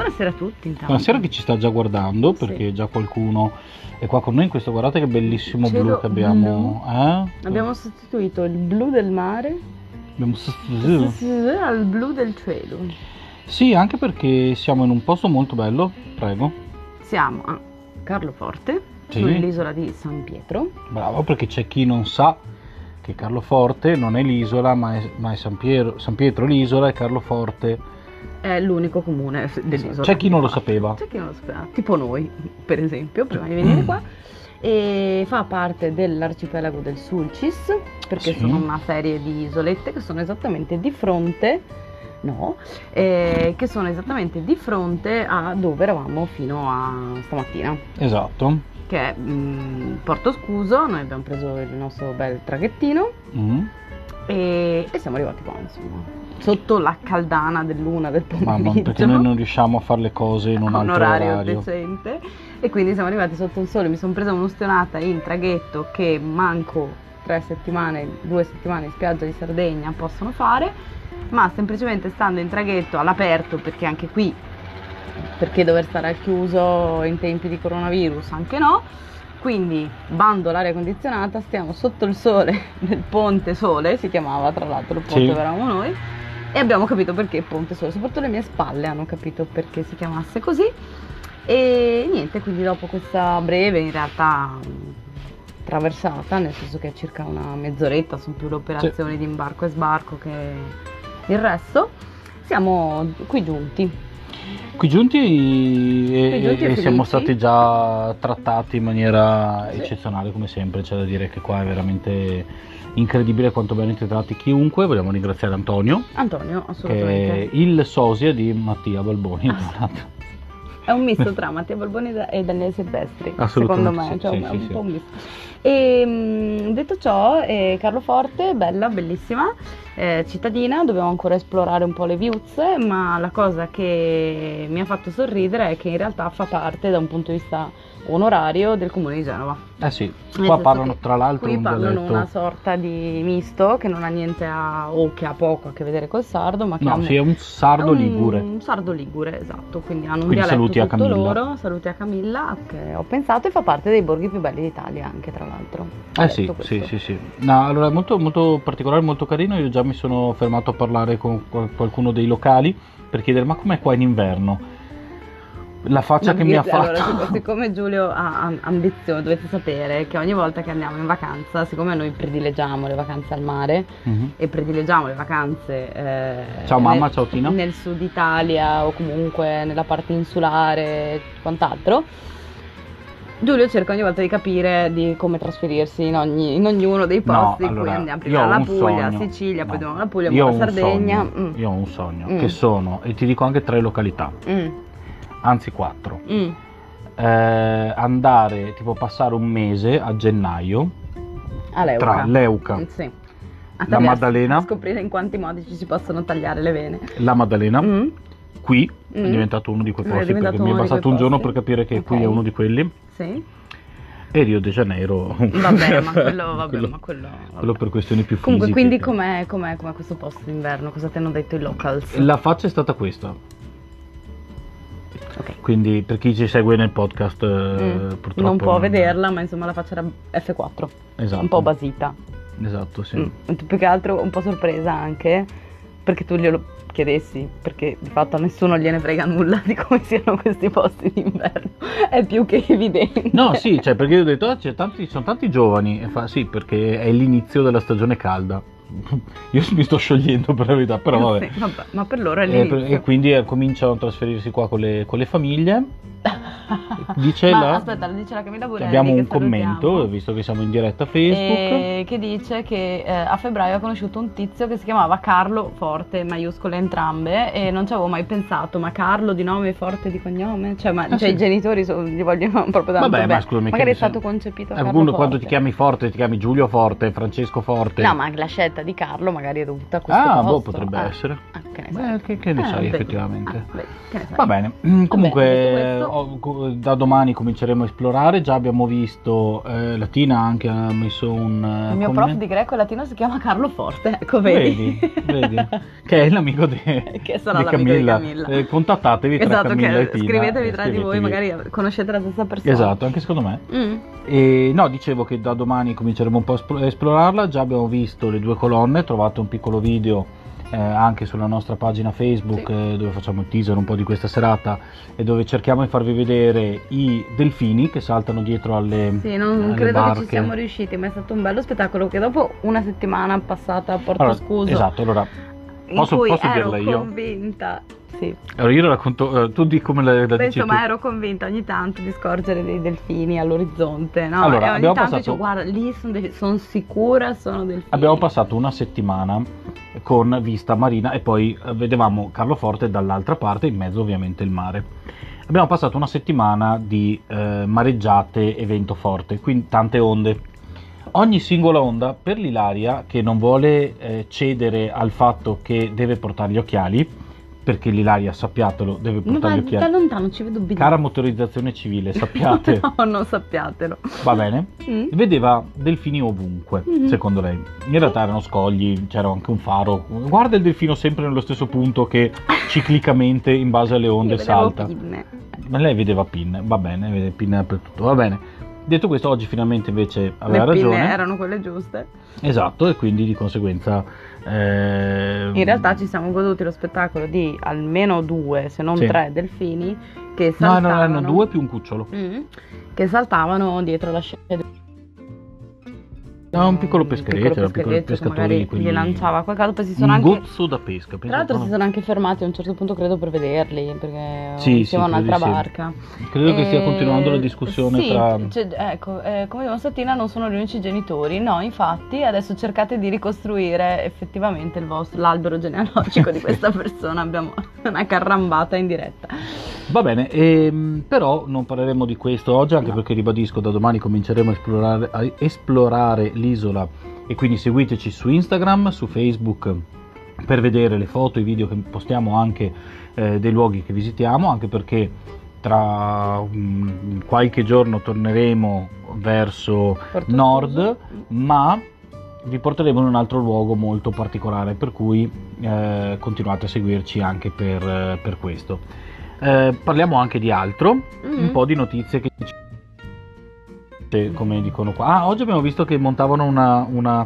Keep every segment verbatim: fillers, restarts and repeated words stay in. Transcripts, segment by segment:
Buonasera a tutti intanto. Buonasera a chi ci sta già guardando, Sì. perché già qualcuno è qua con noi in questo. Guardate che bellissimo Cielo blu che abbiamo. Eh? Abbiamo sostituito il blu del mare Abbiamo sostituito. al blu del cielo. Sì, anche perché siamo in un posto molto bello. Prego. Siamo a Carloforte, Sì. sull'isola di San Pietro. Bravo, perché c'è chi non sa che Carloforte non è l'isola, ma è, ma è San Pietro, San Pietro l'isola e Carloforte. È l'unico comune dell'isola. C'è chi non lo sapeva. C'è chi non lo sapeva, tipo noi, per esempio, prima di venire qua. E fa parte dell'arcipelago del Sulcis, perché Sì. sono una serie di isolette che sono esattamente di fronte, no, eh, che sono esattamente di fronte a dove eravamo fino a stamattina, Esatto. che è mh, Porto Scuso. Noi abbiamo preso il nostro bel traghettino Mm. e, e siamo arrivati qua, insomma, sotto la caldana dell'una del Mamma, pomeriggio. perché noi non riusciamo a fare le cose in un a un altro orario, orario. decente, e quindi siamo arrivati sotto il sole. Mi sono presa un'ustionata in traghetto che manco tre settimane, due settimane in spiaggia di Sardegna possono fare, ma semplicemente stando in traghetto all'aperto, perché anche qui, perché dover stare al chiuso in tempi di coronavirus, anche no. Quindi bando l'aria condizionata, stiamo sotto il sole del Ponte Sole, si chiamava tra l'altro il ponte Sì. dove eravamo noi, e abbiamo capito perché Ponte Sole, soprattutto le mie spalle hanno capito perché si chiamasse così. E niente, quindi dopo questa breve, in realtà mh, traversata, nel senso che è circa una mezz'oretta, sono più le operazioni di imbarco e sbarco che il resto, siamo qui giunti. Qui giunti e, Qui giunti e e siamo felici. stati già trattati in maniera Sì. eccezionale, come sempre. C'è da dire che qua è veramente incredibile quanto bene trattati chiunque. Vogliamo ringraziare Antonio, Antonio, che assolutamente. è il sosia di Mattia Balboni, tra l'altro. È un misto tra Mattia Balboni e Daniele Silvestri, Assolutamente secondo me, sì, cioè sì, è sì, un sì. po' un misto. E mh, detto ciò, eh, Carloforte, bella, bellissima, eh, cittadina, dobbiamo ancora esplorare un po' le viuzze, ma la cosa che mi ha fatto sorridere è che in realtà fa parte, da un punto di vista onorario, del comune di Genova. Eh sì, Nel qua senso parlano che tra l'altro qui un parlano dialetto. una sorta di misto che non ha niente a, o che ha poco a che vedere col sardo, ma che ha No, un- sì, è un sardo è un- ligure. Un sardo ligure, esatto, quindi hanno un Quindi dialetto saluti a tutto Camilla. loro. Saluti a Camilla, che ho pensato, e fa parte dei borghi più belli d'Italia anche, tra l'altro. Ho Eh sì, letto sì, questo. sì, sì. No, allora è molto, molto particolare, molto carino. Io già mi sono fermato a parlare con qual- qualcuno dei locali per chiedere: ma com'è qua in inverno? La faccia Ma che mi ha perché- allora, fatto. sic- siccome Giulio ha ha ambizione, dovete sapere che ogni volta che andiamo in vacanza, siccome noi prediligiamo le vacanze al mare Mhm. e prediligiamo le vacanze eh, Ciao mamma, nel, ciao Tina. nel sud Italia o comunque nella parte insulare e quant'altro, Giulio cerca ogni volta di capire di come trasferirsi in, ogni, in ognuno dei No, posti in cui allora, andiamo. io Prima ho la un Puglia, sogno. Sicilia, poi No. andiamo alla Puglia, Io poi ho alla un Sardegna. sogno. Mm. Io ho un sogno Mm. che sono, e ti dico anche tre località, Mm. anzi quattro. Mm. Eh, andare, tipo passare un mese a gennaio A Leuca. tra Leuca, Mm, sì. A La tagliarsi- Maddalena. a scoprire in quanti modi ci si possono tagliare le vene. la Maddalena, Mm. qui è Mm. diventato uno di quei È posti, diventato perché mi è uno di bastato quei un giorno posti. per capire che Ok. qui è uno di quelli, Sì. e Rio de Janeiro. Vabbè, ma quello, vabbè, quello, ma quello, vabbè. quello per questioni più Comunque, fisiche. quindi com'è, com'è, com'è questo posto d'inverno? Cosa ti hanno detto i locals? La faccia è stata questa. Ok. Quindi per chi ci segue nel podcast, eh, Mm. purtroppo Non può vederla, ma insomma la faccia era F quattro. Esatto. Un po' basita. Esatto, sì. Mm. Più che altro un po' sorpresa anche, perché tu glielo chiedessi, perché di fatto a nessuno gliene frega nulla di come siano questi posti d'inverno. È più che evidente. No, sì, cioè perché io ho detto, ah, c'è tanti, sono tanti giovani, e fa sì, perché è l'inizio della stagione calda. Io mi sto sciogliendo per la verità, però vabbè. Sì, vabbè, ma per loro è E, l'inizio. per- e quindi eh, cominciano a trasferirsi qua con le, con le famiglie. Dice Ma là, aspetta, lo dice la Camilla Burelli, abbiamo che un commento, salutiamo, visto che siamo in diretta a Facebook. e che dice che eh, a febbraio ha conosciuto un tizio che si chiamava Carlo Forte, maiuscole entrambe, e non ci avevo mai pensato, ma Carlo di nome e Forte di cognome? Cioè, ma, Ah, cioè sì. i genitori so- gli vogliono proprio tanto Vabbè, bene. ma scusami, Magari è che stato mi concepito Eh, Carlo quando, Forte. quando ti chiami Forte, ti chiami Giulio Forte, Francesco Forte. No, ma la scelta di Carlo magari è dovuta a questo Ah, posto. boh, potrebbe Ah, essere. ah, che ne Beh, sai. che, che ne Ah, sai vedi. effettivamente. Ah, vedi, che ne sai. Va bene, mm, comunque detto questo- ho- co- dicevo, da domani cominceremo a esplorare. Già abbiamo visto, eh, Latina anche ha messo un Il mio prof di greco e latino si chiama Carlo Forte, ecco, vedi? Vedi, vedi, che è l'amico di, che sarà di l'amico Camilla. di Camilla. Eh, contattatevi tra Esatto, Camilla che e Tina. scrivetevi eh, tra di voi, scrivetevi. magari conoscete la stessa persona. Esatto, anche secondo me. Mm. E no, dicevo che da domani cominceremo un po' a espl- a esplorarla. Già abbiamo visto le due colonne, trovate un piccolo video eh, anche sulla nostra pagina Facebook, Sì. eh, dove facciamo il teaser un po' di questa serata e dove cerchiamo di farvi vedere i delfini che saltano dietro alle, Sì, non alle credo barche. che ci siamo riusciti, ma è stato un bello spettacolo che dopo una settimana passata a Porto Allora, Scuso, esatto, allora in posso, cui posso ero dirla io? convinta, sì, Allora io la racconto, eh, tu di come la, la Beh, dici insomma tu. ero convinta ogni tanto di scorgere dei delfini all'orizzonte, no? Allora, e ogni abbiamo tanto passato- dicevo, guarda, lì sono son sicura sono delfini. Abbiamo passato una settimana con vista marina e poi eh, vedevamo Carlo Forte dall'altra parte, in mezzo ovviamente il mare. Abbiamo passato una settimana di eh, mareggiate e vento forte, quindi tante onde. Ogni singola onda, per l'Ilaria, che non vuole eh, cedere al fatto che deve portare gli occhiali, perché l'Ilaria, sappiatelo, deve No, portare ma gli occhiali. da lontano ci vedo benissimo. Cara motorizzazione civile, sappiate, No, non sappiatelo. va bene? Mm. Vedeva delfini ovunque, Mhm. secondo lei. In realtà erano scogli, c'era anche un faro. Guarda il delfino sempre nello stesso punto che ciclicamente in base alle onde Io vedevo salta. pinne. Ma lei vedeva pinne, va bene, vede pinne dappertutto, va bene. Detto questo, oggi finalmente invece aveva Le pinne ragione. erano quelle giuste. Esatto, e quindi di conseguenza... eh, In realtà ci siamo goduti lo spettacolo di almeno due, se non Sì. tre delfini che No, saltavano. no, erano due più un cucciolo. Mm, che saltavano dietro la scena. No, un piccolo Un peschereccio, piccolo un piccolo peschereccio che pescatore magari di quelli... gli lanciava qualcosa, poi si sono un anche gozzo da pesca. tra l'altro si sono anche fermati a un certo punto, credo, per vederli, perché Sì, siamo sì, a un'altra credo di sì. barca. Credo che stia Eh, continuando la discussione sì, tra... cioè, ecco, eh, come dicevo stamattina, non sono gli unici genitori, no, infatti adesso cercate di ricostruire effettivamente il vostro, l'albero genealogico di questa persona, abbiamo una carrambata in diretta. Va bene, ehm, però non parleremo di questo oggi, anche No. perché ribadisco, da domani cominceremo a esplorare, a esplorare l'isola e quindi seguiteci su Instagram, su Facebook per vedere le foto, i video che postiamo anche eh, dei luoghi che visitiamo, anche perché tra um, qualche giorno torneremo verso Porto nord, Scuso. ma vi porteremo in un altro luogo molto particolare, per cui eh, continuate a seguirci anche per, eh, per questo. Eh, parliamo anche di altro, Mm. un po' di notizie che ci- come dicono qua. Ah, oggi abbiamo visto che montavano una, una,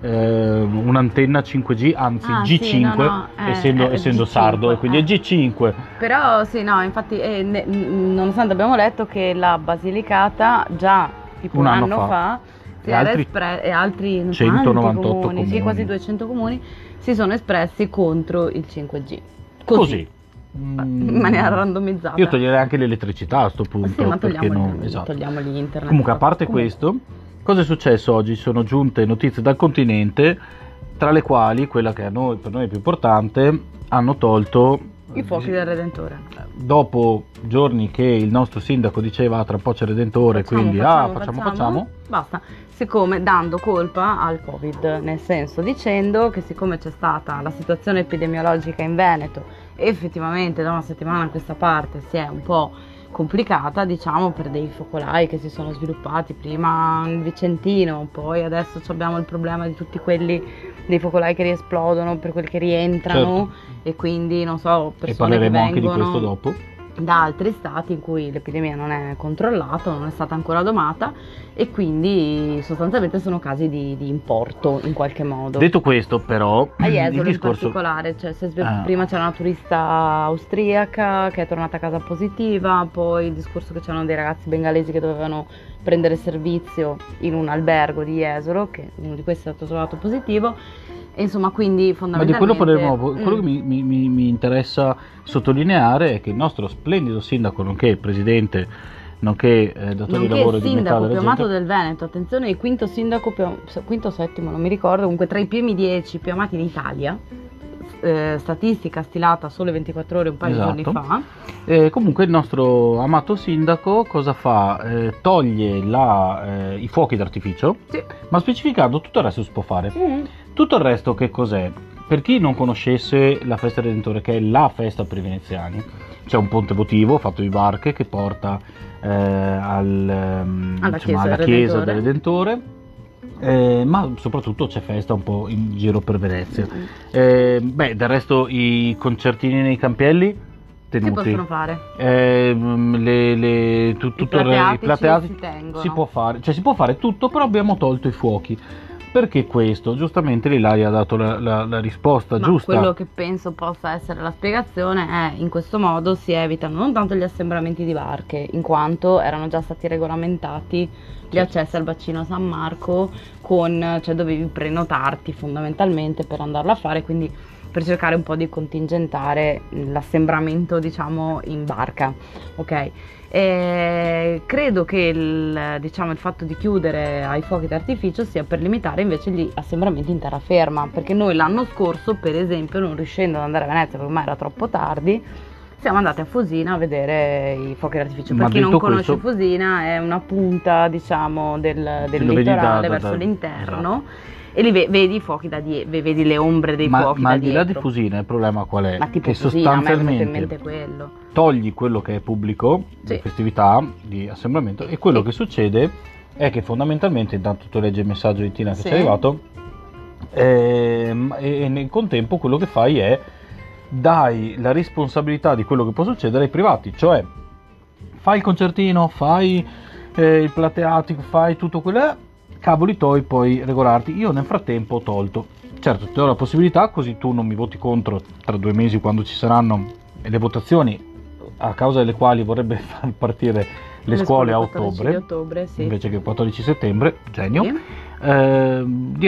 eh, un'antenna cinque G, anzi Ah, G sì, cinque, no, no, eh, essendo, è essendo G cinque, sardo, e quindi eh. è G cinque. Però sì, no, infatti, eh, ne- n- nonostante abbiamo letto che la Basilicata già tipo Un un, anno anno fa. fa, si E era altri espre- e altri non so, centonovantotto quanti comuni, sì, comuni. quasi duecento comuni si sono espressi contro il cinque G. Così, Così. in maniera randomizzata. Io toglierei anche l'elettricità a sto punto. Sì, ma perché togliamo, no- esatto. togliamogli internet. Comunque, a parte Comunque. questo, cosa è successo oggi? Sono giunte notizie dal continente, tra le quali quella che a noi, per noi è più importante, hanno tolto I fuochi del Redentore. dopo giorni che il nostro sindaco diceva "Ah, tra un po' c'è il Redentore", Facciamo, quindi facciamo, ah facciamo facciamo, Basta, siccome dando colpa al Covid, nel senso dicendo che siccome c'è stata la situazione epidemiologica in Veneto, effettivamente da una settimana a questa parte si è un po' complicata, diciamo, per dei focolai che si sono sviluppati prima in Vicentino, poi adesso abbiamo il problema di tutti quelli dei focolai che riesplodono, per quelli che rientrano, e quindi non so, e persone che parleremo anche di vengono questo dopo. da altri stati in cui l'epidemia non è controllata, non è stata ancora domata, e quindi sostanzialmente sono casi di, di importo in qualche modo. Detto questo, però, A il Jesolo in discorso particolare, cioè, se sve- Ah. prima c'era una turista austriaca che è tornata a casa positiva, poi il discorso che c'erano dei ragazzi bengalesi che dovevano prendere servizio in un albergo di Jesolo, che uno di questi è stato trovato positivo, e insomma, quindi Ma di fondamentalmente... quello parleremo. Mm. Quello che mi, mi- mi- mi interessa sottolineare è che il nostro splendido sindaco, nonché presidente, nonché eh, datore di Nonché lavoro di metà sindaco della più gente, amato del Veneto, attenzione, il quinto sindaco più, quinto o settimo, non mi ricordo, comunque tra i primi dieci più amati d'Italia, eh, statistica stilata sole ventiquattro ore un paio Esatto. di giorni fa. Eh, comunque il nostro amato sindaco cosa fa? Eh, toglie la, eh, i fuochi d'artificio, Sì. ma specificando tutto il resto si può fare. Mm. Tutto il resto che cos'è? Per chi non conoscesse la festa del Redentore, che è la festa per i veneziani, c'è un ponte votivo fatto di barche che porta eh, al, ehm, alla insomma, chiesa, alla del chiesa del Redentore. Redentore. Eh, ma soprattutto c'è festa un po' in giro per Venezia. Mm. Eh, beh, del resto i concertini nei campielli Si tenuti. possono fare. Eh, le, le, tu- I tutto il- plateatici i plateati si tengono. si può fare, cioè si può fare tutto, però abbiamo tolto i fuochi. Perché questo? Giustamente l'Ilaria ha dato la, la- la risposta Ma giusta. quello che penso possa essere la spiegazione è in questo modo si evitano non tanto gli assembramenti di barche, in quanto erano già stati regolamentati gli Sì. accessi al bacino San Marco, con, cioè dovevi prenotarti fondamentalmente per andarlo a fare, quindi per cercare un po' di contingentare l'assembramento, diciamo, in barca, ok? E credo che il, diciamo, il fatto di chiudere ai fuochi d'artificio sia per limitare invece gli assembramenti in terraferma, perché noi l'anno scorso, per esempio, non riuscendo ad andare a Venezia perché ormai era troppo tardi, siamo andati a Fusina a vedere i fuochi d'artificio. Ma Per chi non detto conosce questo- Fusina, è una punta, diciamo, del, del lo vedi da- litorale da- verso da- l'interno, e li ve- vedi i fuochi da dietro, vedi le ombre dei ma, fuochi ma da al di là di dietro. Fusina il problema qual è? Ma tipo che Fusina, a me è venuto in sostanzialmente mente quello. togli quello che è pubblico, Sì. di festività, di assembramento, e quello Sì. che succede è che fondamentalmente, intanto tu leggi il messaggio di Tina che Sì. ci è arrivato, ehm, e, e nel contempo quello che fai è dai la responsabilità di quello che può succedere ai privati, cioè fai il concertino, fai eh, il plateatico, fai tutto quello, cavoli tuoi, puoi regolarti. Io nel frattempo ho tolto, certo ti do la possibilità, così tu non mi voti contro tra due mesi quando ci saranno le votazioni, a causa delle quali vorrebbe far partire le, scuole a quattordici ottobre, di ottobre, sì. invece che il quattordici settembre, genio. Sì. Eh,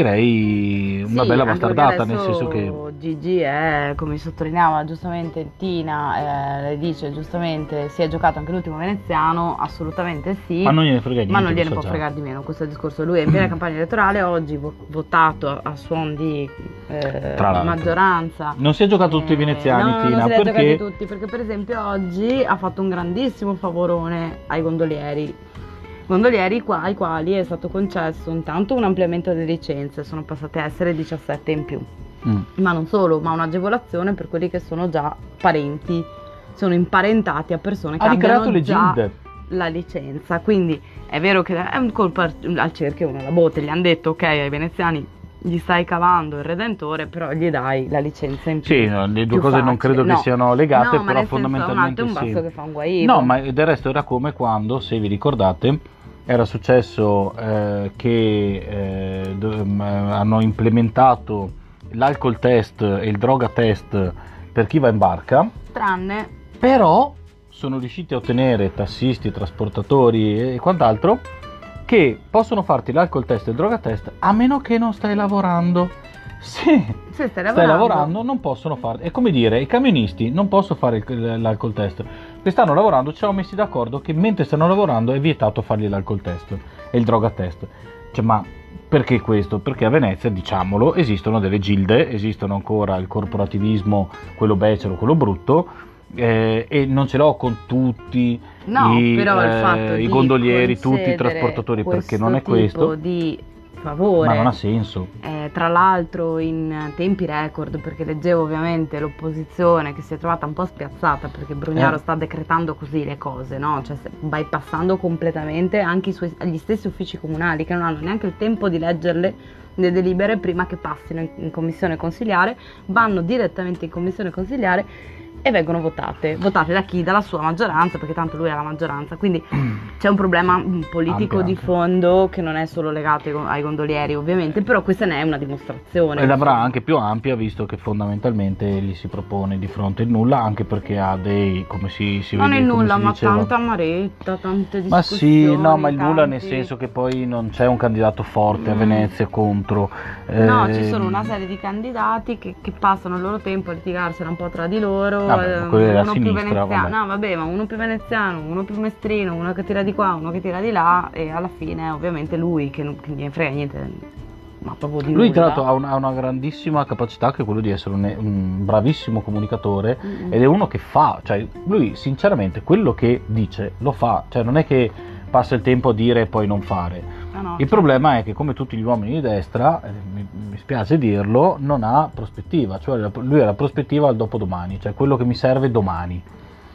direi una Sì, bella anche bastardata, perché nel senso adesso che Gigi è, come sottolineava giustamente Tina, eh, le dice giustamente si è giocato anche l'ultimo veneziano, assolutamente sì, ma non gliene frega niente, ma non lo gliene sa può già. fregare di meno, questo è il discorso. Lui è in piena campagna elettorale, oggi vo- votato a, a suon di eh, Tra l'altro. maggioranza. Non si è giocato tutti i Eh, veneziani, no, Tina, non se li ha perché giocati tutti, perché per esempio oggi ha fatto un grandissimo favorone ai gondolieri. Gondolieri qua, ai quali è stato concesso intanto un ampliamento delle licenze, sono passate a essere diciassette in più, Mm. ma non solo, ma un'agevolazione per quelli che sono già parenti, sono imparentati a persone che ha ricreato abbiano le già gilde. la licenza, quindi è vero che è un colpo al al cerchio e uno alla botte, gli hanno detto ok, ai veneziani gli stai cavando il Redentore, però gli dai la licenza in più. Sì, no, le due più cose non facile. credo che No. siano legate, No, ma però nel senso, fondamentalmente è un atto, sì. un basso che fa un guaibo. No, ma del resto era come quando, se vi ricordate, era successo eh, che eh, do- m- hanno implementato l'alcol test e il droga test per chi va in barca, Tranne però sono riusciti a ottenere tassisti, trasportatori e quant'altro che possono farti l'alcol test e il droga test a meno che non stai lavorando. Sì, se stai stai lavorando, lavorando, non possono fare. È come dire, i camionisti non possono fare il- l'alcol test. Che stanno lavorando, ci siamo messi d'accordo che mentre stanno lavorando è vietato fargli l'alcol test e il droga test. Cioè, ma perché questo? Perché a Venezia, diciamolo, esistono delle gilde, esistono ancora il corporativismo, quello becero, quello brutto, eh, e non ce l'ho con tutti no, i, però il eh, fatto i di gondolieri, tutti i concedere trasportatori, perché questo non è tipo questo, di favore, ma non ha senso. eh, tra l'altro in tempi record, perché leggevo ovviamente l'opposizione che si è trovata un po' spiazzata perché Brugnaro Eh. sta decretando così le cose, no? Cioè se- bypassando completamente anche i suoi, gli stessi uffici comunali che non hanno neanche il tempo di leggerle le delibere prima che passino in, in commissione consigliare, vanno direttamente in commissione consigliare e vengono votate. Votate da chi? Dalla sua maggioranza, perché tanto lui ha la maggioranza, quindi c'è un problema mm, politico Anche, di anche. fondo che non è solo legato ai go- ai gondolieri ovviamente, però questa ne è una dimostrazione. E l'avrà anche più ampia, visto che fondamentalmente gli si propone di fronte il nulla, anche perché ha dei, come si, si Non vede, il come nulla, si ma diceva. tanta amaretta, tante discussioni. Ma sì, no, ma il nulla nel tanti- senso che poi non c'è un candidato forte a Mm. Venezia contro. No, ehm, ci sono una serie di candidati che, che passano il loro tempo a litigarsela un po' tra di loro. Vabbè, ma eh, quello della uno più sinistra, veneziano, vabbè. no, vabbè, ma uno più veneziano, uno più mestrino, uno che tira di qua, uno che tira di là, e alla fine ovviamente lui che non che gliene frega niente, ma proprio di Lui tra nulla. l'altro ha, un- ha una grandissima capacità, che è quello di essere un, un bravissimo comunicatore, Mm-mm. ed è uno che fa, cioè lui sinceramente quello che dice lo fa, cioè non è che passa il tempo a dire e poi non fare. Ah, no, Il cioè, problema è che, come tutti gli uomini di destra, eh, mi, mi spiace dirlo, non ha prospettiva, cioè la- lui ha la prospettiva al dopodomani, cioè quello che mi serve domani.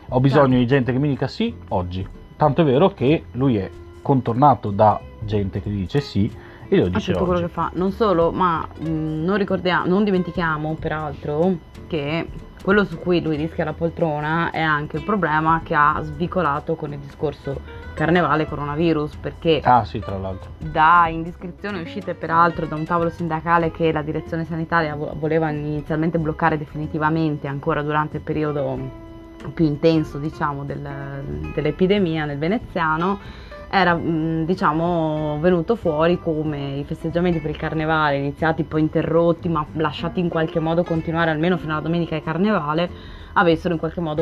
Ho bisogno Certo. di gente che mi dica sì oggi. Tanto è vero che lui è contornato da gente che gli dice sì e glielo Ha dice tutto quello oggi. che fa. Non solo, ma mh, non ricordiamo, non dimentichiamo peraltro che quello su cui lui rischia la poltrona è anche il problema che ha svicolato con il discorso carnevale coronavirus, perché Ah sì, tra l'altro. da indiscrezioni uscite peraltro da un tavolo sindacale che la direzione sanitaria vo- voleva inizialmente bloccare definitivamente ancora durante il periodo più intenso, diciamo, del- dell'epidemia nel veneziano, era mh, diciamo venuto fuori come i festeggiamenti per il carnevale, iniziati poi interrotti ma lasciati in qualche modo continuare almeno fino alla domenica di carnevale, avessero in qualche modo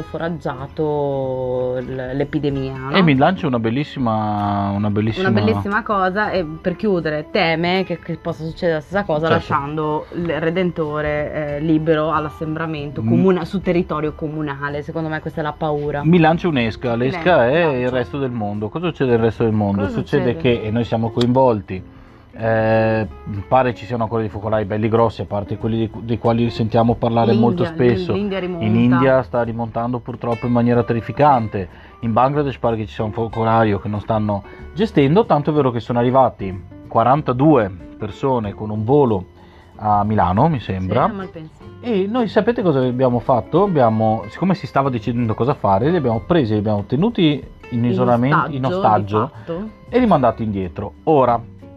foraggiato l- l'epidemia, no? E mi lancia una bellissima, una bellissima... Una bellissima cosa, e per chiudere teme che, che possa succedere la stessa cosa, Certo. lasciando il Redentore eh, libero all'assembramento Mm. comuna- su territorio comunale. Secondo me questa è la paura. Mi lancio un'esca, l'esca è Lancia. il resto del mondo. Cosa succede nel resto del mondo? Cosa Succede succede? che, e noi siamo coinvolti, eh, pare ci siano ancora dei focolai belli grossi, a parte quelli dei, dei quali sentiamo parlare L'India, molto spesso. l'India rimonta. In India sta rimontando purtroppo in maniera terrificante. In Bangladesh pare che ci sia un focolaio che non stanno gestendo, tanto è vero che sono arrivati quarantadue persone con un volo a Milano, mi sembra. Sì, Malpensa. E noi sapete cosa abbiamo fatto? Abbiamo, siccome si stava decidendo cosa fare, li abbiamo presi, li abbiamo tenuti in isolamento, in ostaggio, di fatto. e rimandati indietro. Ora,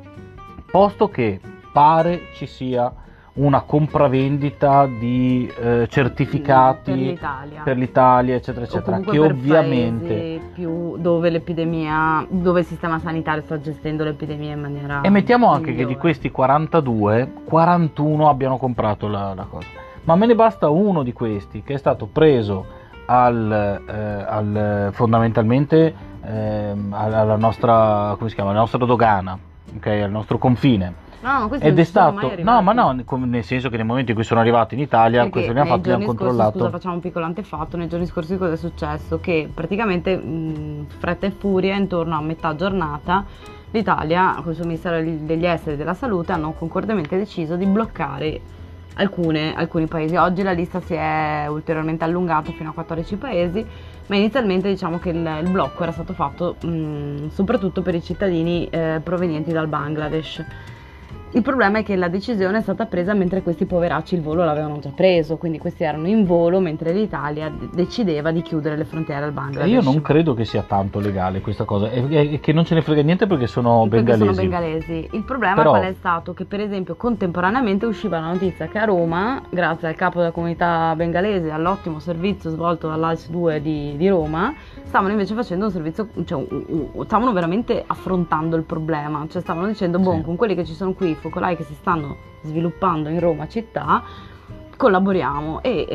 posto che pare ci sia una compravendita di eh, certificati per l'Italia. per l'Italia, eccetera, O eccetera, comunque che per ovviamente... paesi più dove l'epidemia, dove il sistema sanitario sta gestendo l'epidemia in maniera E mettiamo anche che migliore. di questi quarantadue, quarantuno abbiano comprato la, la cosa. Ma me ne basta uno di questi che è stato preso al, eh, al fondamentalmente ehm, alla nostra, come si chiama, alla nostra dogana, ok, al nostro confine. No, ma questo Ed non è ci sono stato, mai no, ma arrivati. no, com- nel senso che nel momento in cui sono arrivati in Italia, Perché questo li hanno nei fatti, li hanno giorni scorsi, controllato. scusa, facciamo un piccolo antefatto. Nei giorni scorsi cosa è successo? Che praticamente mh, fretta e furia, intorno a metà giornata, l'Italia, con il suo Ministero degli Esteri e della Salute, hanno concordemente deciso di bloccare alcune, alcuni paesi. Oggi la lista si è ulteriormente allungata fino a quattordici paesi, ma inizialmente diciamo che il, il blocco era stato fatto mh, soprattutto per i cittadini eh, provenienti dal Bangladesh. Il problema è che la decisione è stata presa mentre questi poveracci il volo l'avevano già preso, quindi questi erano in volo mentre l'Italia d- decideva di chiudere le frontiere al E Bangladesh. io non credo che sia tanto legale questa cosa, e, e che non ce ne frega niente perché sono Perché bengalesi. sono bengalesi. Il problema Però- qual è stato? Che per esempio contemporaneamente usciva la notizia che a Roma, grazie al capo della comunità bengalese e all'ottimo servizio svolto dall'A L S due di, di Roma, stavano invece facendo un servizio, cioè un- un- stavano veramente affrontando il problema, cioè stavano dicendo, boh, Sì. con quelli che ci sono qui, i focolai che si stanno sviluppando in Roma città, collaboriamo. E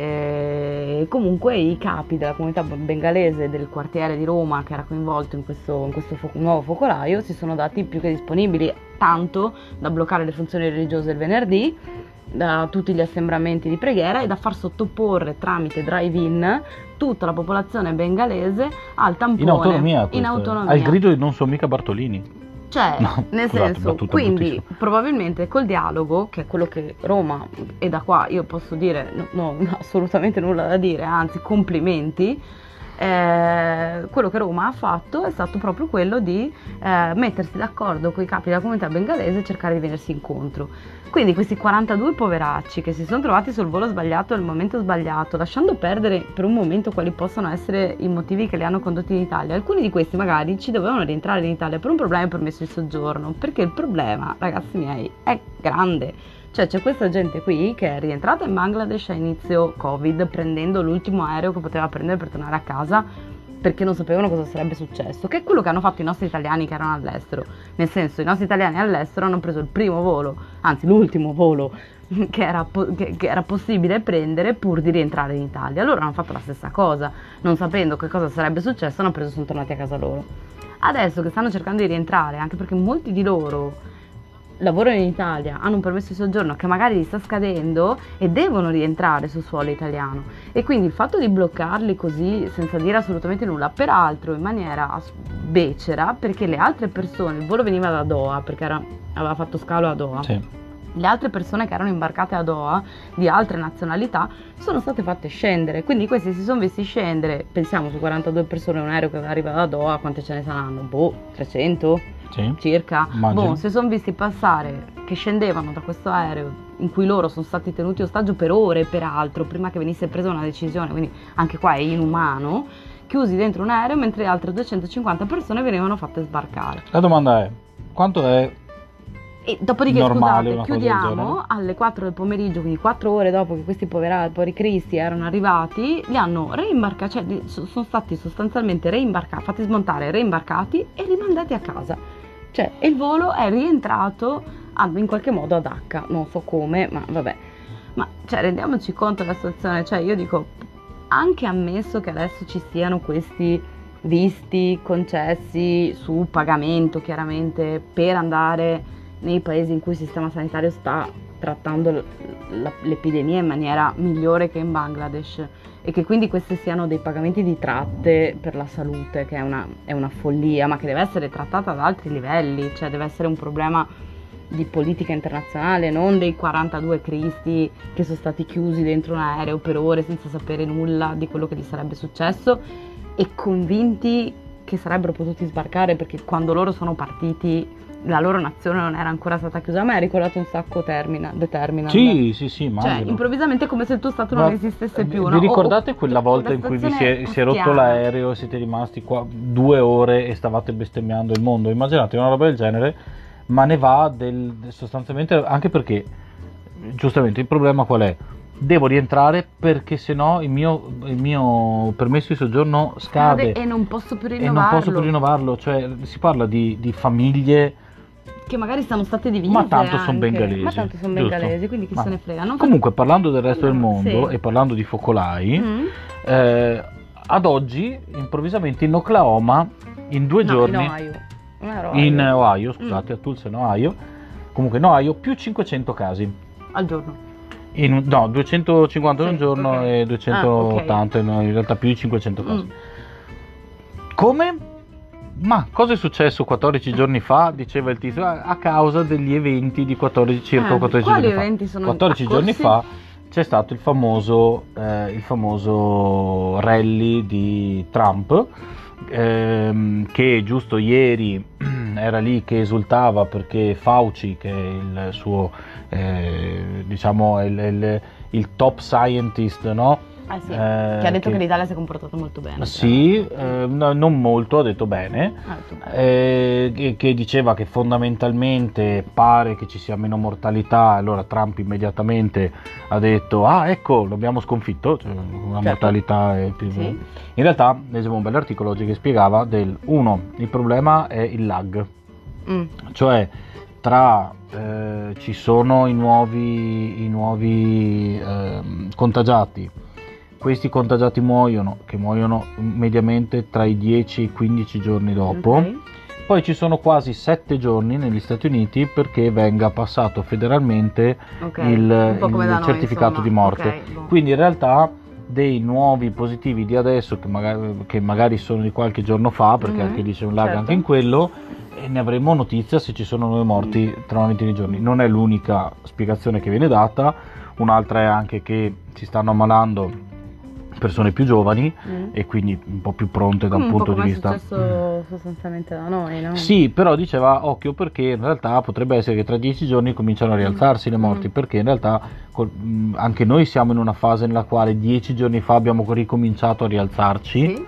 eh, comunque i capi della comunità bengalese del quartiere di Roma che era coinvolto in questo, in questo fo- nuovo focolaio si sono dati più che disponibili, tanto da bloccare le funzioni religiose il venerdì, da tutti gli assembramenti di preghiera, e da far sottoporre tramite drive-in tutta la popolazione bengalese al tampone In autonomia, in questo è. autonomia. Al grido di non so mica Bartolini. Cioè, No, nel scusate, senso, battuta quindi bruttissima. probabilmente col dialogo, che è quello che Roma, e da qua io posso dire, no, no, no, assolutamente nulla da dire, anzi complimenti, eh, quello che Roma ha fatto è stato proprio quello di eh, mettersi d'accordo con i capi della comunità bengalese e cercare di venirsi incontro. Quindi questi quarantadue poveracci che si sono trovati sul volo sbagliato al momento sbagliato, lasciando perdere per un momento quali possono essere i motivi che li hanno condotti in Italia, alcuni di questi magari ci dovevano rientrare in Italia per un problema di permesso di soggiorno, perché il problema, ragazzi miei, è grande. Cioè c'è questa gente qui che è rientrata in Bangladesh a inizio Covid prendendo l'ultimo aereo che poteva prendere per tornare a casa, perché non sapevano cosa sarebbe successo, che è quello che hanno fatto i nostri italiani che erano all'estero. Nel senso, i nostri italiani all'estero hanno preso il primo volo, anzi l'ultimo volo che era, po- che, che era possibile prendere pur di rientrare in Italia. Loro hanno fatto la stessa cosa, non sapendo che cosa sarebbe successo, hanno preso e sono tornati a casa loro. Adesso che stanno cercando di rientrare, anche perché molti di loro lavorano in Italia, hanno un permesso di soggiorno che magari gli sta scadendo e devono rientrare sul suolo italiano, e quindi il fatto di bloccarli così senza dire assolutamente nulla, peraltro in maniera as- becera, perché le altre persone, il volo veniva da Doha perché era- aveva fatto scalo a Doha, Sì. le altre persone che erano imbarcate a Doha di altre nazionalità sono state fatte scendere, quindi questi si sono visti scendere. Pensiamo, su quarantadue persone un aereo che arriva da Doha, quante ce ne saranno? Boh, trecento? Sì, circa. immagino. Boh, si sono visti passare che scendevano da questo aereo in cui loro sono stati tenuti ostaggio per ore, peraltro, prima che venisse presa una decisione, quindi anche qua è inumano, chiusi dentro un aereo, mentre altre duecentocinquanta persone venivano fatte sbarcare. La domanda è, quanto è E dopodiché, normale scusate, una cosa del chiudiamo genere? alle quattro del pomeriggio, quindi quattro ore dopo che questi poveri, poveri cristi erano arrivati, li hanno reimbarcati, cioè li- so- sono stati sostanzialmente reimbarcati, fatti smontare, reimbarcati e rimandati a casa. Cioè, e il volo è rientrato a- in qualche modo ad Acca, non so come, ma vabbè. Ma cioè, rendiamoci conto della situazione, cioè io dico, anche ammesso che adesso ci siano questi visti concessi su pagamento, chiaramente, per andare nei paesi in cui il sistema sanitario sta trattando l- la- l'epidemia in maniera migliore che in Bangladesh, e che quindi questi siano dei pagamenti di tratte per la salute, che è una, è una follia, ma che deve essere trattata ad altri livelli, cioè deve essere un problema di politica internazionale, non dei quarantadue cristi che sono stati chiusi dentro un aereo per ore senza sapere nulla di quello che gli sarebbe successo e convinti che sarebbero potuti sbarcare, perché quando loro sono partiti la loro nazione non era ancora stata chiusa. A me ha ricordato un sacco Termina, The Terminal. Sì, sì, sì, Cioè, immagino. improvvisamente è come se il tuo stato non Ma esistesse più, vi no? ricordate O- o- quella volta una in cui vi si stazione è, si è rotto kafkiana. l'aereo e siete rimasti qua due ore e stavate bestemmiando il mondo? Immaginate una roba del genere, ma ne va del, sostanzialmente, anche perché, giustamente, il problema qual è? Devo rientrare perché sennò il mio, il mio permesso di soggiorno scade, e non posso più e rinnovarlo. non posso più rinnovarlo. Cioè, si parla di, di famiglie. Che magari stanno state divise. Ma tanto son anche. bengalesi, Ma tanto sono giusto? bengalesi, quindi chi Ma- se ne frega. Non Comunque, parlando del resto del No, mondo sì. e parlando di focolai, Mm. eh, ad oggi, improvvisamente in Oklahoma, in due No, giorni, in Ohio. Non era in Ohio. Ohio, scusate, a Tulsa in Ohio, comunque in Ohio, più cinquecento casi. Al giorno. In, un- no, duecentocinquanta in un Sì, giorno ok. e duecentottanta, Ah, ok. no, in realtà più di cinquecento casi. Mm. Come? Ma cosa è successo quattordici giorni fa? Diceva il tizio, a a causa degli eventi di quattordici, circa Eh, quattordici quali giorni fa. eventi sono quattordici giorni accorsi? fa c'è stato il famoso, eh, il famoso rally di Trump, ehm, che giusto ieri era lì che esultava perché Fauci, che è il suo, eh, diciamo, il, il- il top scientist, no? Eh sì, Eh, che ha detto che, che- l'Italia si è comportata molto bene. Sì, tra eh, no, non molto, ha detto bene. l'altro. Ah, ha detto bene. Eh, che, che diceva che fondamentalmente pare che ci sia meno mortalità. Allora Trump immediatamente ha detto: ah, ecco, l'abbiamo sconfitto, cioè, una Certo. mortalità è più... Sì. In realtà leggevo un bell'articolo oggi che spiegava del uno, il problema è il lag, Mm. cioè tra eh, ci sono i nuovi, i nuovi ehm, contagiati, questi contagiati muoiono, che muoiono mediamente tra i dieci e i quindici giorni dopo. Ok. Poi ci sono quasi sette giorni negli Stati Uniti perché venga passato federalmente Ok, il, un po' come il da noi, certificato insomma. di morte. Ok, boh. Quindi in realtà dei nuovi positivi di adesso, che magari, che magari sono di qualche giorno fa, perché Mhm, anche lì c'è un lag certo. anche in quello, e ne avremo notizia se ci sono nuovi morti tra una ventina di giorni. Non è l'unica spiegazione che viene data, un'altra è anche che si stanno ammalando persone più giovani Mm. e quindi un po' più pronte da un un po' punto di come vista. è successo sostanzialmente da noi, no? Sì, però diceva occhio perché in realtà potrebbe essere che tra dieci giorni cominciano a rialzarsi le morti, Mm. perché in realtà col- mh, anche noi siamo in una fase nella quale dieci giorni fa abbiamo ricominciato a rialzarci, Sì.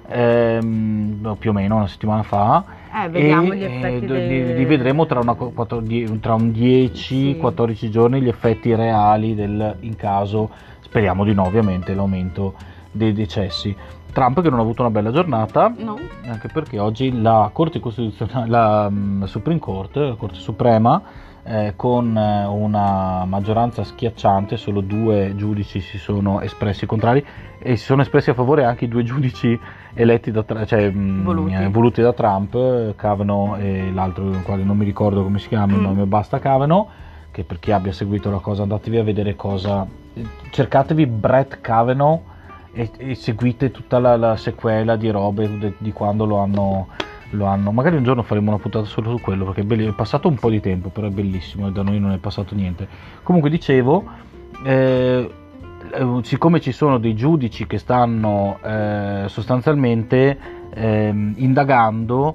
ehm, no, più o meno una settimana fa, Eh, vediamo e gli effetti eh, dei- li, li vedremo tra, una, quattro- die- tra un dieci quattordici giorni gli effetti reali del, in caso, speriamo di no ovviamente, l'aumento dei decessi. Trump che non ha avuto una bella giornata, No. anche perché oggi la Corte Costituzionale, la um, Supreme Court, la Corte Suprema, eh, con eh, una maggioranza schiacciante, solo due giudici si sono espressi contrari e si sono espressi a favore anche i due giudici eletti da Tra- cioè, mh, Voluti. eh, voluti da Trump, eh, Kavanaugh e l'altro, il quale non mi ricordo come si chiama, il Mm. nome basta Kavanaugh, che per chi abbia seguito la cosa andatevi a vedere cosa, cercatevi Brett Kavanaugh e, e seguite tutta la, la sequela di robe de- di quando lo hanno lo hanno. Magari un giorno faremo una puntata solo su quello, perché è, belli- è passato un po' di tempo, però è bellissimo e da noi non è passato niente. Comunque dicevo, eh, eh, siccome ci sono dei giudici che stanno eh, sostanzialmente ehm, indagando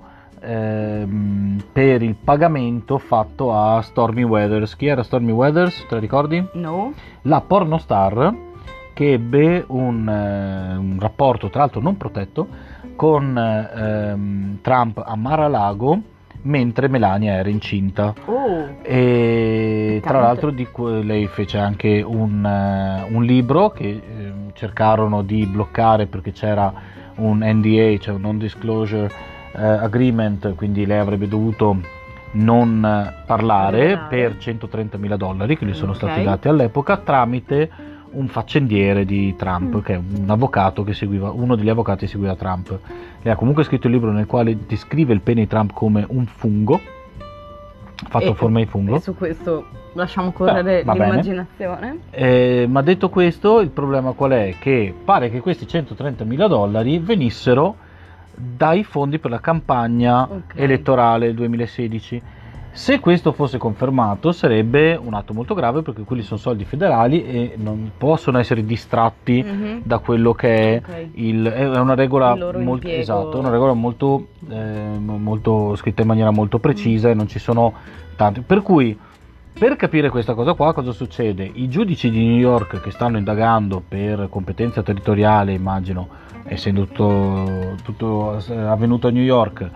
ehm, per il pagamento fatto a Stormy Weathers. Chi era Stormy Weathers? Te la ricordi? No. La pornostar che ebbe un, eh, un rapporto, tra l'altro non protetto, con ehm, Trump a Mar-a-Lago mentre Melania era incinta. Oh. E tra Piccante. l'altro di que- lei fece anche un, eh, un libro che eh, cercarono di bloccare perché c'era un N D A, cioè un non disclosure eh, agreement, quindi lei avrebbe dovuto non eh, parlare Rivelare. per centotrentamila dollari che gli sono Ok. stati dati all'epoca tramite un faccendiere di Trump, Mm. che è un avvocato che seguiva, uno degli avvocati che seguiva Trump. Lei ha comunque scritto il libro nel quale descrive il pene di Trump come un fungo fatto E- a forma di fungo. E su questo lasciamo correre Eh, va bene. l'immaginazione. Eh, ma detto questo, il problema qual è? Che pare che questi centotrentamila dollari venissero dai fondi per la campagna Ok. elettorale del duemilasedici. Se questo fosse confermato sarebbe un atto molto grave, perché quelli sono soldi federali e non possono essere distratti Mhm. da quello che è Ok. il, è una regola Il loro molto, impiego. esatto, una regola molto, eh, molto scritta in maniera molto precisa, e non ci sono tanti. Per cui, per capire questa cosa qua, cosa succede? I giudici di New York che stanno indagando per competenza territoriale, immagino, essendo tutto, tutto eh, avvenuto a New York,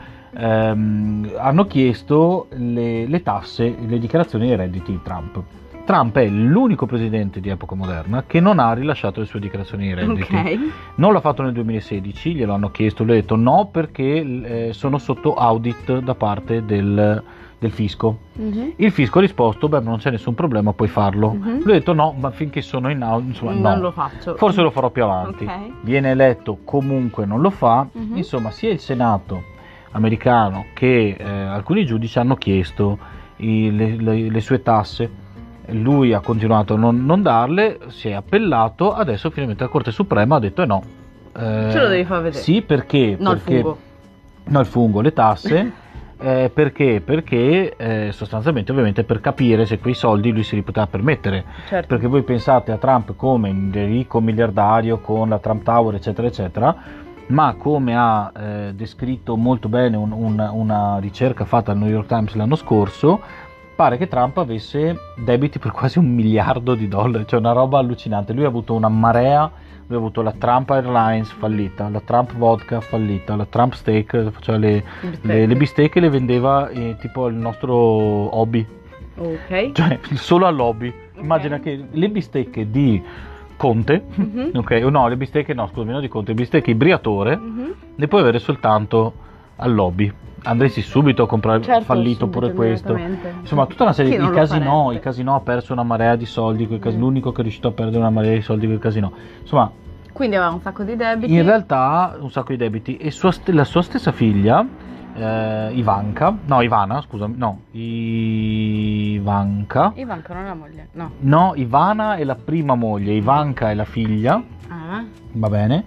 ehm, hanno chiesto le, le tasse, le dichiarazioni dei redditi di Trump. Trump è l'unico presidente di epoca moderna che non ha rilasciato le sue dichiarazioni di redditi. Ok. Non l'ha fatto nel duemilasedici, glielo hanno chiesto, lui ha detto no perché eh, sono sotto audit da parte del, del fisco. Mhm. Il fisco ha risposto, beh, non c'è nessun problema, puoi farlo. Mhm. Lui ha detto no, ma finché sono in audit, insomma, no. Non lo faccio. Forse lo farò più avanti. Ok. Viene eletto, comunque non lo fa. Mhm. Insomma, sia il Senato americano che eh, alcuni giudici hanno chiesto i- le, le- le sue tasse. Lui ha continuato a non, non darle, si è appellato, adesso finalmente la Corte Suprema ha detto eh no. Eh, Ce lo devi far vedere. Sì, perché? No, il perché fungo. No, il fungo, le tasse. eh, perché? Perché eh, sostanzialmente, ovviamente, per capire se quei soldi lui si li poteva permettere. Certo. Perché voi pensate a Trump come un ricco miliardario con la Trump Tower, eccetera, eccetera, ma come ha eh, descritto molto bene un- un- una ricerca fatta al New York Times l'anno scorso, pare che Trump avesse debiti per quasi un miliardo di dollari, cioè una roba allucinante. Lui ha avuto una marea, lui ha avuto la Trump Airlines fallita, la Trump Vodka fallita, la Trump Steak, faceva le, le, le bistecche le vendeva eh, tipo il nostro hobby, Ok. cioè solo all'hobby. Immagina che le bistecche di Conte, Mhm. ok, no, le bistecche no, scusami, non di Conte, le bistecche di Briatore, Mhm. le puoi avere soltanto al lobby. Andresti subito a comprare, Certo, fallito subito, pure questo. immediatamente. Insomma, tutta una serie Chi di non lo casinò. farebbe? Il casino ha perso una marea di soldi. Quel cas- Mm. L'unico che è riuscito a perdere una marea di soldi quel casino. Insomma, Quindi aveva un sacco di debiti. in realtà un sacco di debiti. E sua st- la sua stessa figlia, eh, Ivanka, no, Ivana, scusami, no, Ivanka. Ivanka non è la moglie. No. No, Ivana è la prima moglie, Ivanka è la figlia. Ah. Va bene.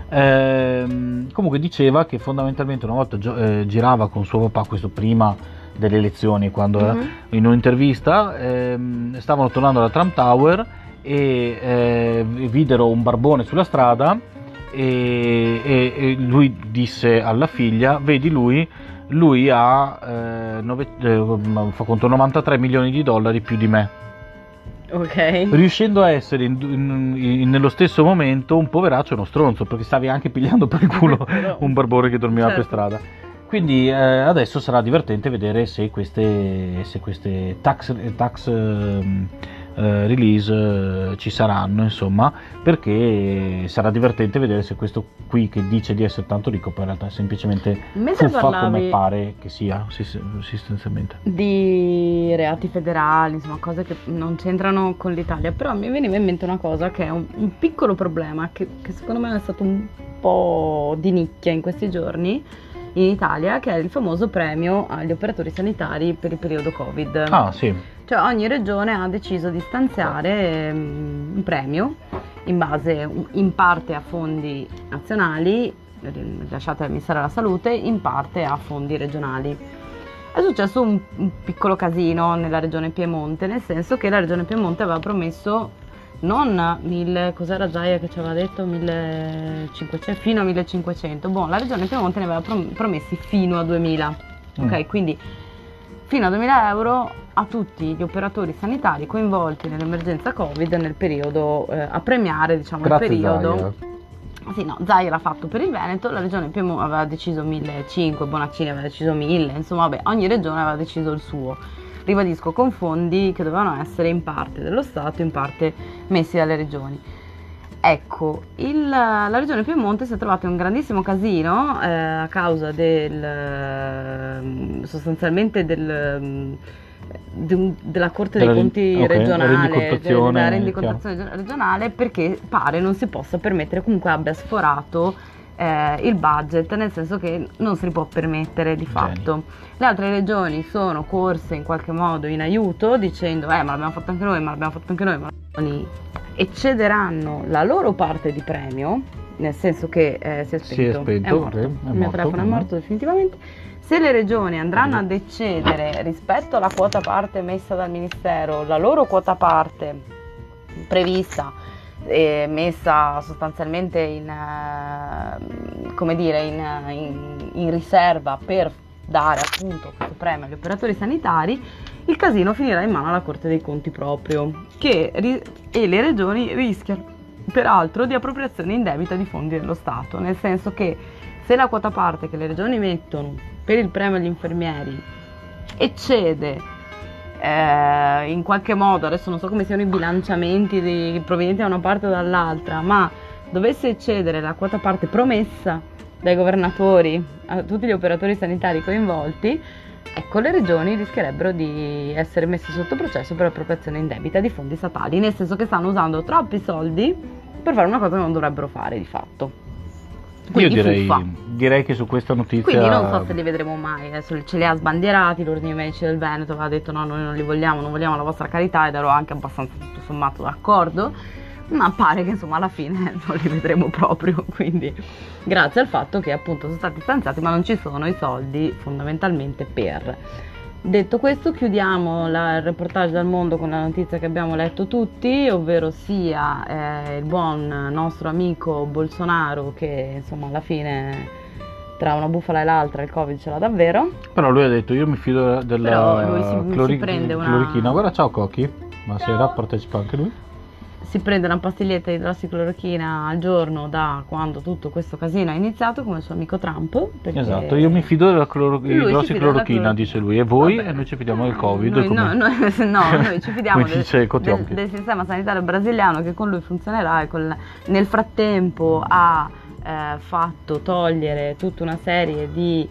Ehm, comunque diceva che fondamentalmente una volta gio- eh, girava con suo papà, questo prima delle elezioni, quando era Mhm. in un'intervista, ehm, stavano tornando alla Trump Tower e eh, videro un barbone sulla strada e, e- e lui disse alla figlia, vedi lui, lui ha eh, nove- eh, fa conto novantatré milioni di dollari più di me, Ok. riuscendo a essere in- in- in- nello stesso momento un poveraccio e uno stronzo, perché stavi anche pigliando per il culo un barbone che dormiva per Certo. strada. Quindi eh, adesso sarà divertente vedere se queste, se queste tax, tax ehm, eh, release eh, ci saranno, insomma, perché sarà divertente vedere se questo qui che dice di essere tanto ricco poi in realtà è semplicemente Mentre fuffa come parlavi pare che sia, sì, sì, sostanzialmente. di reati federali, insomma, cose che non c'entrano con l'Italia, però mi veniva in mente una cosa che è un, un piccolo problema che, che secondo me è stato un po' di nicchia in questi giorni in Italia, che è il famoso premio agli operatori sanitari per il periodo Covid. Ah sì, Cioè ogni regione ha deciso di stanziare ehm, un premio in base un- in parte a fondi nazionali rilasciate dal Ministero della Salute, in parte a fondi regionali. È successo un, un piccolo casino nella regione Piemonte, nel senso che la regione Piemonte aveva promesso non mille, cos'era Zaia che ci aveva detto, millecinquecento, fino a millecinquecento, boh, la regione Piemonte ne aveva promessi fino a duemila, mm. ok, quindi fino a duemila euro a tutti gli operatori sanitari coinvolti nell'emergenza Covid nel periodo, eh, a premiare, diciamo, Grazie, il periodo. Zaia. Sì, no, Zaia l'ha fatto per il Veneto, la regione Piemonte aveva deciso millecinquecento, Bonaccini aveva deciso mille, insomma, vabbè, ogni regione aveva deciso il suo. Ribadisco, con fondi che dovevano essere in parte dello Stato, in parte messi dalle regioni. Ecco, il, la regione Piemonte si è trovata in un grandissimo casino eh, a causa del, sostanzialmente del, de un, della Corte dei della, Conti okay, regionale, rendicontazione, della rendicontazione regionale, perché pare non si possa permettere, comunque abbia sforato Eh, il budget, nel senso che non si può permettere di fatto. Le altre regioni sono corse in qualche modo in aiuto dicendo eh ma l'abbiamo fatto anche noi, ma l'abbiamo fatto anche noi, ma eccederanno la loro parte di premio, nel senso che eh, si è spento, si è spento, è morto. okay, è il mio morto, telefono è morto definitivamente. Se le regioni andranno ad eccedere rispetto alla quota parte messa dal Ministero, la loro quota parte prevista e messa sostanzialmente in, uh, come dire, in, in, in riserva per dare appunto questo premio agli operatori sanitari, il casino finirà in mano alla Corte dei Conti proprio, che, e le regioni rischiano peraltro di appropriazione indebita di fondi dello Stato, nel senso che se la quota parte che le regioni mettono per il premio agli infermieri eccede Eh, in qualche modo, adesso non so come siano i bilanciamenti di, provenienti da una parte o dall'altra, ma dovesse eccedere la quota parte promessa dai governatori a tutti gli operatori sanitari coinvolti, ecco, le regioni rischierebbero di essere messe sotto processo per appropriazione indebita di fondi statali, nel senso che stanno usando troppi soldi per fare una cosa che non dovrebbero fare di fatto. Quindi io direi, fuffa. direi che su questa notizia, quindi non so se li vedremo mai, adesso ce li ha sbandierati, l'ordine dei medici del Veneto aveva detto no, noi non li vogliamo, non vogliamo la vostra carità, ed ero anche abbastanza tutto sommato d'accordo, ma pare che insomma alla fine non li vedremo proprio, quindi grazie al fatto che appunto sono stati stanziati ma non ci sono i soldi fondamentalmente per. Detto questo, chiudiamo la, il reportage dal mondo con la notizia che abbiamo letto tutti, ovvero sia eh, il buon nostro amico Bolsonaro che insomma alla fine tra una bufala e l'altra il Covid ce l'ha davvero. Però lui ha detto io mi fido della Però lui si, clori- si prende una clorichina. Guarda, ciao Cocchi, ma Ciao. sera partecipa anche lui? Si prende una pastiglietta di idrossiclorochina al giorno da quando tutto questo casino è iniziato, come il suo amico Trump. Perché Esatto, io mi fido della cloro- Lui si fida idrossiclorochina, della dice lui, e voi? Vabbè. E noi ci fidiamo del Covid. Noi, come... no, noi, no, noi ci fidiamo come del, dice Cotionchi. del, del sistema sanitario brasiliano che con lui funzionerà e col, nel frattempo ha eh, fatto togliere tutta una serie di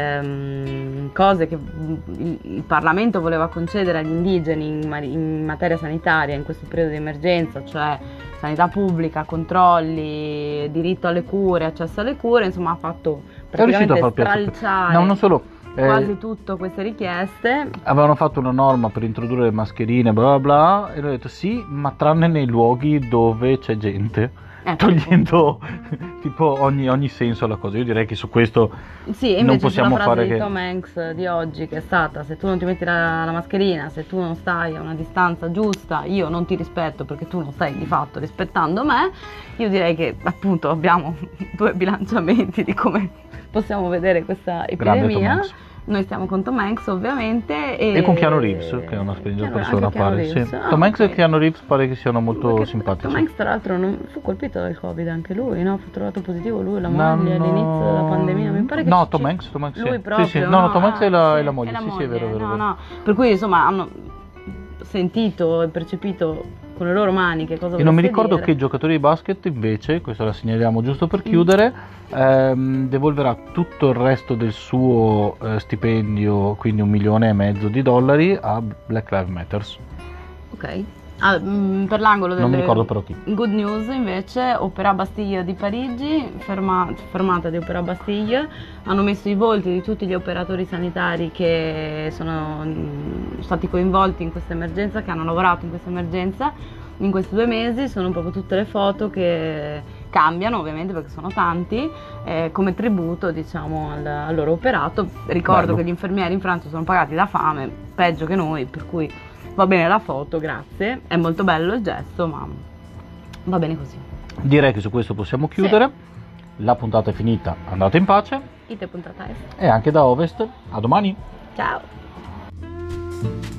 ehm, cose che il, il Parlamento voleva concedere agli indigeni in, in materia sanitaria in questo periodo di emergenza, cioè sanità pubblica, controlli, diritto alle cure, accesso alle cure, insomma ha fatto praticamente stralciare no, non solo, eh, quasi tutte queste richieste. Avevano fatto una norma per introdurre le mascherine, bla bla bla, e hanno detto sì, ma tranne nei luoghi dove c'è gente. Eh, togliendo tipo ogni, ogni senso alla cosa. Io direi che su questo sì, non possiamo la frase fare di che Tom Hanks di oggi che è stata: se tu non ti metti la, la mascherina, se tu non stai a una distanza giusta, io non ti rispetto perché tu non stai di fatto rispettando me. Io direi che appunto abbiamo due bilanciamenti di come possiamo vedere questa epidemia. Noi stiamo con Tom Hanks ovviamente e, e con Keanu Reeves, che è una splendida persona, pare. Sì. Ah, Tom Hanks okay. e Keanu Reeves pare che siano molto perché simpatici. Tom Hanks tra l'altro non fu colpito dal Covid anche lui, no? Fu trovato positivo lui, la no, moglie no. all'inizio della pandemia, mi pare che no, ci... Tom Hanks, Tom Hanks lui sì. proprio, sì, sì. No, no, Tom Hanks ah, è, la, sì, è la moglie, è la sì, moglie. sì, è vero, vero, no, vero. no. Per cui insomma hanno sentito e percepito con le loro mani che cosa e non mi volesse ricordo dire. che i giocatori di basket invece, questo la segnaliamo giusto per chiudere, mm. ehm, devolverà tutto il resto del suo eh, stipendio, quindi un milione e mezzo di dollari, a Black Lives Matter. Ok. Ah, mh, per l'angolo non mi delle ricordo però chi. Good News invece, Opéra Bastille di Parigi, ferma, fermata di Opéra Bastille, hanno messo i volti di tutti gli operatori sanitari che sono mh, stati coinvolti in questa emergenza, che hanno lavorato in questa emergenza in questi due mesi. Sono proprio tutte le foto che, cambiano ovviamente perché sono tanti, eh, come tributo diciamo al, al loro operato. Ricordo Bello. che gli infermieri in Francia sono pagati da fame, peggio che noi, per cui va bene la foto, grazie, è molto bello il gesto, ma va bene così. Direi che su questo possiamo chiudere. La puntata è finita, andate in pace. Ite puntata est. E anche da Ovest, a domani. Ciao.